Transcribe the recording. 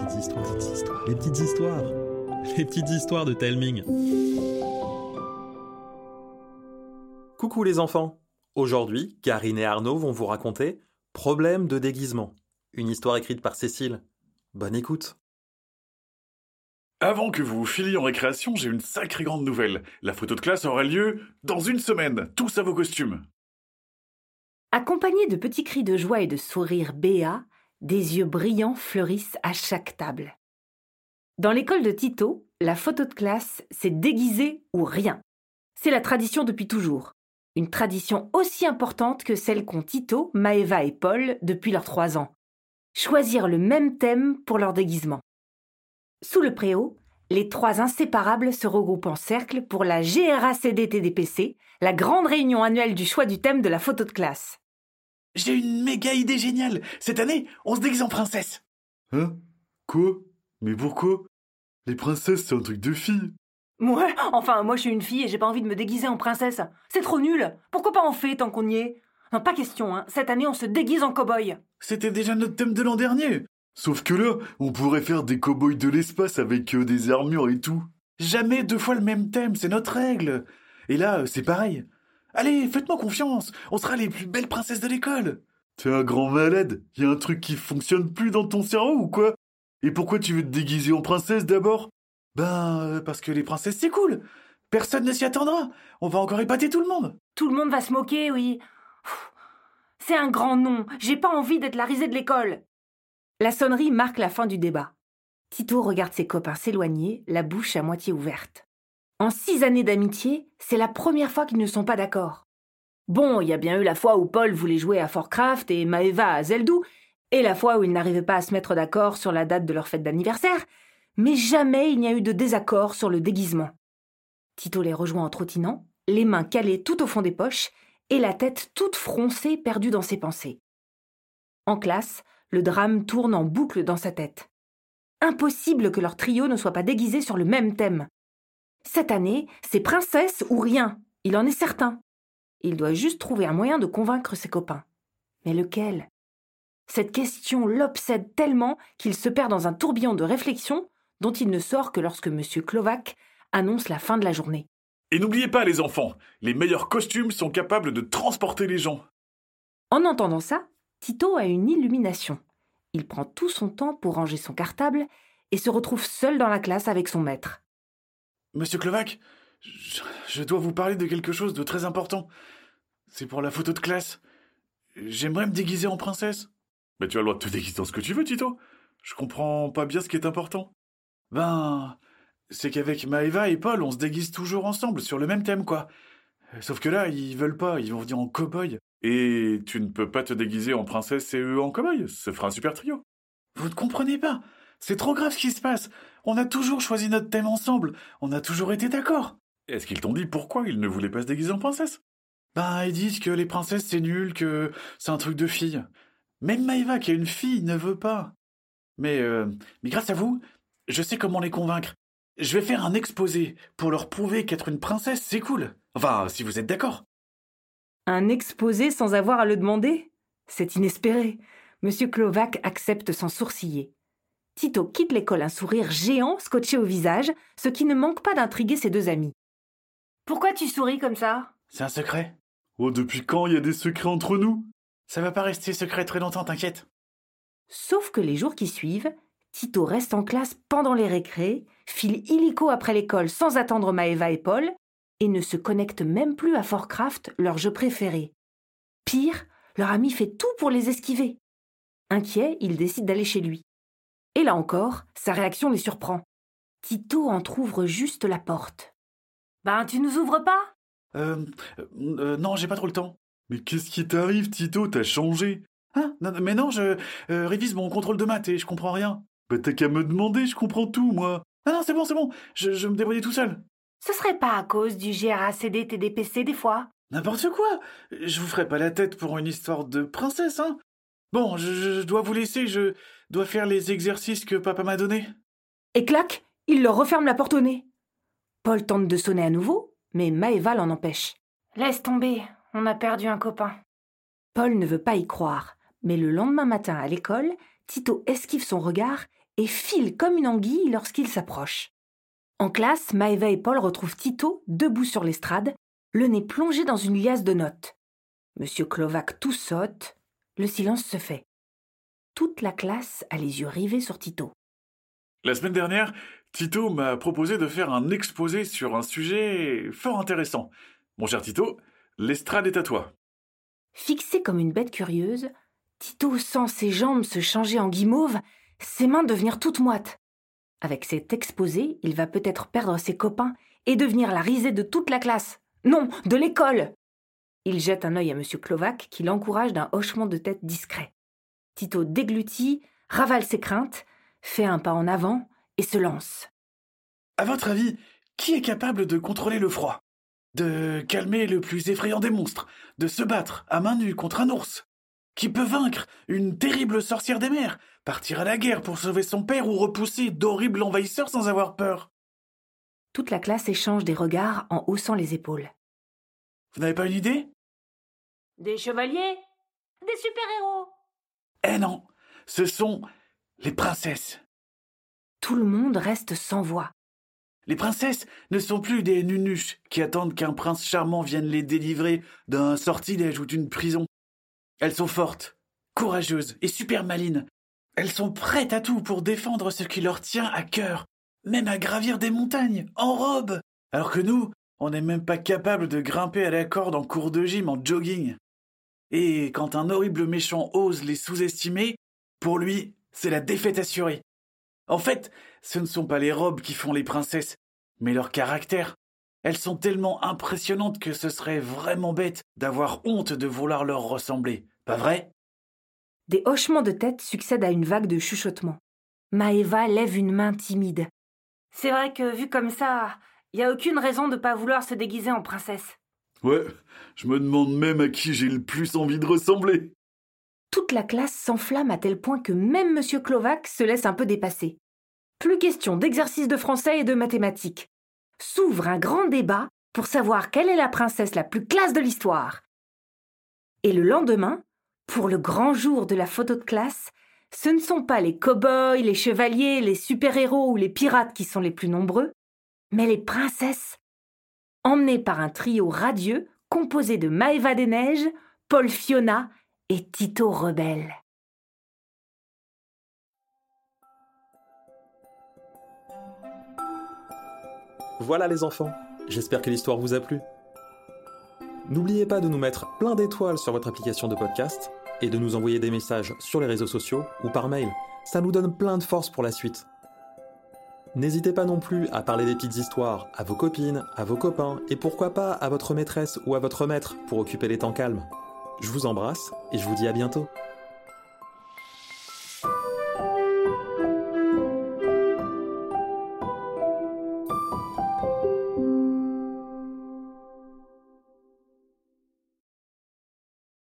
Les petites histoires de Telming. Coucou les enfants. Aujourd'hui, Karine et Arnaud vont vous raconter Problème de déguisement. Une histoire écrite par Cécile. Bonne écoute. Avant que vous filiez en récréation, j'ai une sacrée grande nouvelle. La photo de classe aura lieu dans une semaine. Tous à vos costumes. Accompagnés de petits cris de joie et de sourires béats, des yeux brillants fleurissent à chaque table. Dans l'école de Tito, la photo de classe, c'est déguisé ou rien. C'est la tradition depuis toujours. Une tradition aussi importante que celle qu'ont Tito, Maëva et Paul depuis leurs 3 ans. Choisir le même thème pour leur déguisement. Sous le préau, les 3 inséparables se regroupent en cercle pour la GRACD-TDPC, la grande réunion annuelle du choix du thème de la photo de classe. J'ai une méga idée géniale. Cette année, on se déguise en princesse. Hein? Quoi? Mais pourquoi? Les princesses, c'est un truc de filles. Ouais, enfin, moi je suis une fille et j'ai pas envie de me déguiser en princesse. C'est trop nul. Pourquoi pas en fée tant qu'on y est? Non, pas question, hein. Cette année, on se déguise en cow-boy. C'était déjà notre thème de l'an dernier. Sauf que là, on pourrait faire des cow-boys de l'espace avec des armures et tout. Jamais 2 fois le même thème, c'est notre règle. Et là, c'est pareil. Allez, faites-moi confiance. On sera les plus belles princesses de l'école. T'es un grand malade. Y a un truc qui fonctionne plus dans ton cerveau ou quoi? Et pourquoi tu veux te déguiser en princesse d'abord? Parce que les princesses, c'est cool. Personne ne s'y attendra. On va encore épater tout le monde. Tout le monde va se moquer, oui. C'est un grand nom. J'ai pas envie d'être la risée de l'école. La sonnerie marque la fin du débat. Tito regarde ses copains s'éloigner, la bouche à moitié ouverte. En 6 années d'amitié, c'est la première fois qu'ils ne sont pas d'accord. Bon, il y a bien eu la fois où Paul voulait jouer à Fortcraft et Maëva à Zeldou, et la fois où ils n'arrivaient pas à se mettre d'accord sur la date de leur fête d'anniversaire, mais jamais il n'y a eu de désaccord sur le déguisement. Tito les rejoint en trottinant, les mains calées tout au fond des poches et la tête toute froncée perdue dans ses pensées. En classe, le drame tourne en boucle dans sa tête. Impossible que leur trio ne soit pas déguisé sur le même thème. Cette année, c'est princesse ou rien, il en est certain. Il doit juste trouver un moyen de convaincre ses copains. Mais lequel ? Cette question l'obsède tellement qu'il se perd dans un tourbillon de réflexion dont il ne sort que lorsque M. Klovac annonce la fin de la journée. Et n'oubliez pas, les enfants, les meilleurs costumes sont capables de transporter les gens. En entendant ça, Tito a une illumination. Il prend tout son temps pour ranger son cartable et se retrouve seul dans la classe avec son maître. Monsieur Klovac, je dois vous parler de quelque chose de très important. C'est pour la photo de classe. J'aimerais me déguiser en princesse. Mais tu as le droit de te déguiser dans ce que tu veux, Tito. Je comprends pas bien ce qui est important. C'est qu'avec Maëva et Paul, on se déguise toujours ensemble, sur le même thème, quoi. Sauf que là, ils veulent pas, ils vont venir en cow-boy. Et tu ne peux pas te déguiser en princesse et eux en cow-boy. Ce fera un super trio. Vous ne comprenez pas. C'est trop grave ce qui se passe. On a toujours choisi notre thème ensemble. On a toujours été d'accord. Est-ce qu'ils t'ont dit pourquoi ils ne voulaient pas se déguiser en princesse? Ils disent que les princesses c'est nul, que c'est un truc de fille. Même Maëva, qui est une fille, ne veut pas. Mais grâce à vous, je sais comment les convaincre. Je vais faire un exposé pour leur prouver qu'être une princesse, c'est cool. Enfin, si vous êtes d'accord. Un exposé sans avoir à le demander ? C'est inespéré. Monsieur Klovac accepte sans sourciller. Tito quitte l'école un sourire géant scotché au visage, ce qui ne manque pas d'intriguer ses 2 amis. Pourquoi tu souris comme ça ? C'est un secret. Oh, depuis quand il y a des secrets entre nous? Ça va pas rester secret très longtemps, t'inquiète. Sauf que les jours qui suivent, Tito reste en classe pendant les récrés, file illico après l'école sans attendre Maëva et Paul, et ne se connecte même plus à Fortcraft, leur jeu préféré. Pire, leur ami fait tout pour les esquiver. Inquiet, il décide d'aller chez lui. Et là encore, sa réaction les surprend. Tito entr'ouvre juste la porte. « Tu nous ouvres pas ?» Non, j'ai pas trop le temps. Mais qu'est-ce qui t'arrive, Tito? T'as changé? Non, je révise mon contrôle de maths et je comprends rien. T'as qu'à me demander, je comprends tout, moi. Non, c'est bon, je me débrouille tout seul. Ce serait pas à cause du GRACD-TDPC des fois ? N'importe quoi. Je vous ferai pas la tête pour une histoire de princesse, hein. Bon, je dois vous laisser, je dois faire les exercices que papa m'a donnés. Et clac, il leur referme la porte au nez. Paul tente de sonner à nouveau, mais Maëva l'en empêche. « Laisse tomber, on a perdu un copain. » Paul ne veut pas y croire, mais le lendemain matin à l'école, Tito esquive son regard et file comme une anguille lorsqu'il s'approche. En classe, Maëva et Paul retrouvent Tito debout sur l'estrade, le nez plongé dans une liasse de notes. Monsieur Klovac tout saute, le silence se fait. Toute la classe a les yeux rivés sur Tito. La semaine dernière, Tito m'a proposé de faire un exposé sur un sujet fort intéressant. Mon cher Tito, l'estrade est à toi. Fixé comme une bête curieuse, Tito sent ses jambes se changer en guimauve, ses mains devenir toutes moites. Avec cet exposé, il va peut-être perdre ses copains et devenir la risée de toute la classe. Non, de l'école. Il jette un œil à Monsieur Klovac qui l'encourage d'un hochement de tête discret. Tito déglutit, ravale ses craintes, fait un pas en avant et se lance. À votre avis, qui est capable de contrôler le froid? De calmer le plus effrayant des monstres? De se battre à main nue contre un ours? Qui peut vaincre une terrible sorcière des mers? Partir à la guerre pour sauver son père ou repousser d'horribles envahisseurs sans avoir peur? Toute la classe échange des regards en haussant les épaules. Vous n'avez pas une idée? Des chevaliers? Des super-héros? Eh non, ce sont les princesses. Tout le monde reste sans voix. Les princesses ne sont plus des nunuches qui attendent qu'un prince charmant vienne les délivrer d'un sortilège ou d'une prison. Elles sont fortes, courageuses et super malines. Elles sont prêtes à tout pour défendre ce qui leur tient à cœur, même à gravir des montagnes, en robe, alors que nous, on n'est même pas capable de grimper à la corde en cours de gym en jogging. Et quand un horrible méchant ose les sous-estimer, pour lui, c'est la défaite assurée. En fait, ce ne sont pas les robes qui font les princesses, mais leur caractère. Elles sont tellement impressionnantes que ce serait vraiment bête d'avoir honte de vouloir leur ressembler, pas vrai? Des hochements de tête succèdent à une vague de chuchotements. Maëva lève une main timide. C'est vrai que, vu comme ça, il n'y a aucune raison de ne pas vouloir se déguiser en princesse. Ouais, je me demande même à qui j'ai le plus envie de ressembler. Toute la classe s'enflamme à tel point que même Monsieur Klovac se laisse un peu dépasser. Plus question d'exercice de français et de mathématiques. S'ouvre un grand débat pour savoir quelle est la princesse la plus classe de l'histoire. Et le lendemain, pour le grand jour de la photo de classe, ce ne sont pas les cow-boys, les chevaliers, les super-héros ou les pirates qui sont les plus nombreux, mais les princesses, emmenées par un trio radieux composé de Maëva des Neiges, Paul Fiona et Tito Rebelle. Voilà les enfants, j'espère que l'histoire vous a plu. N'oubliez pas de nous mettre plein d'étoiles sur votre application de podcast et de nous envoyer des messages sur les réseaux sociaux ou par mail. Ça nous donne plein de force pour la suite. N'hésitez pas non plus à parler des petites histoires à vos copines, à vos copains et pourquoi pas à votre maîtresse ou à votre maître pour occuper les temps calmes. Je vous embrasse et je vous dis à bientôt.